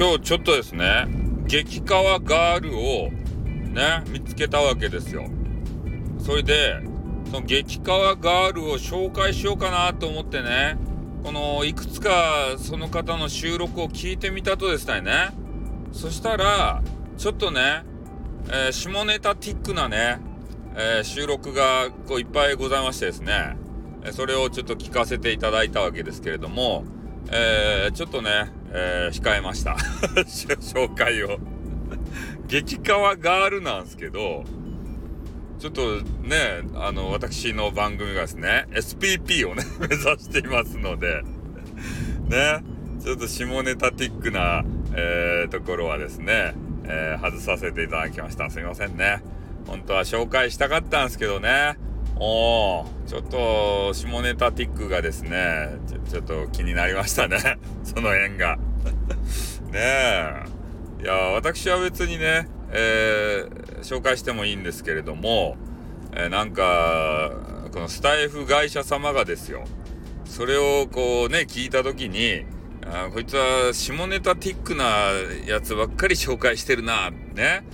今日ちょっとですね、激カワガールをね、見つけたわけですよ。それで、その激カワガールを紹介しようかなと思ってね、いくつかその方の収録を聞いてみたとですね。そしたら、ちょっとね、下ネタティックなね、収録がいっぱいございましてですね、それをちょっと聞かせていただいたわけですけれども、ちょっとね、控えました紹介を激カワガールなんですけど、ちょっとね、私の番組がですね SPP をね目指していますのでね、ちょっと下ネタティックな、ところはですね、外させていただきました。すいませんね。本当は紹介したかったんですけどね、ちょっと下ネタティックがですねちょっと気になりましたねその辺がねえ。いや、私は別にね、紹介してもいいんですけれども、なんかこのスタイフ会社様がですよ、それを聞いた時に、こいつは下ネタティックなやつばっかり紹介してるなね、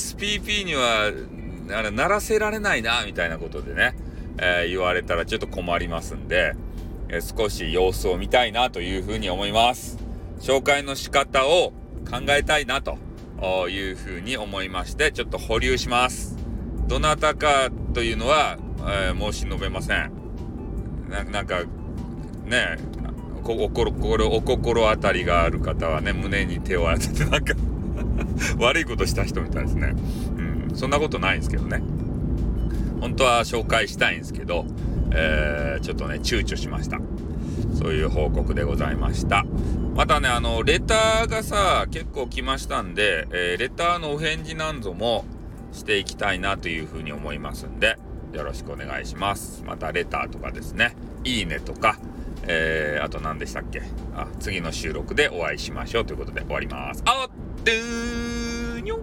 SPP にはならせられないなみたいなことでね、言われたらちょっと困りますんで、少し様子を見たいなというふうに思います。紹介の仕方を考えたいなというふうに思いまして、ちょっと保留します。どなたかというのは、申し述べません。なんかね、お心当たりがある方はね、胸に手を当ててなんか悪いことした人みたいですね。そんなことないんですけどね。本当は紹介したいんですけど、ちょっとね躊躇しました。そういう報告でございました。またね、レターがさ結構来ましたんで、レターのお返事なんぞもしていきたいなというふうに思いますんで、よろしくお願いします。またレターとかですね、いいねとか、あと何でしたっけ、次の収録でお会いしましょうということで終わります。あってーにょ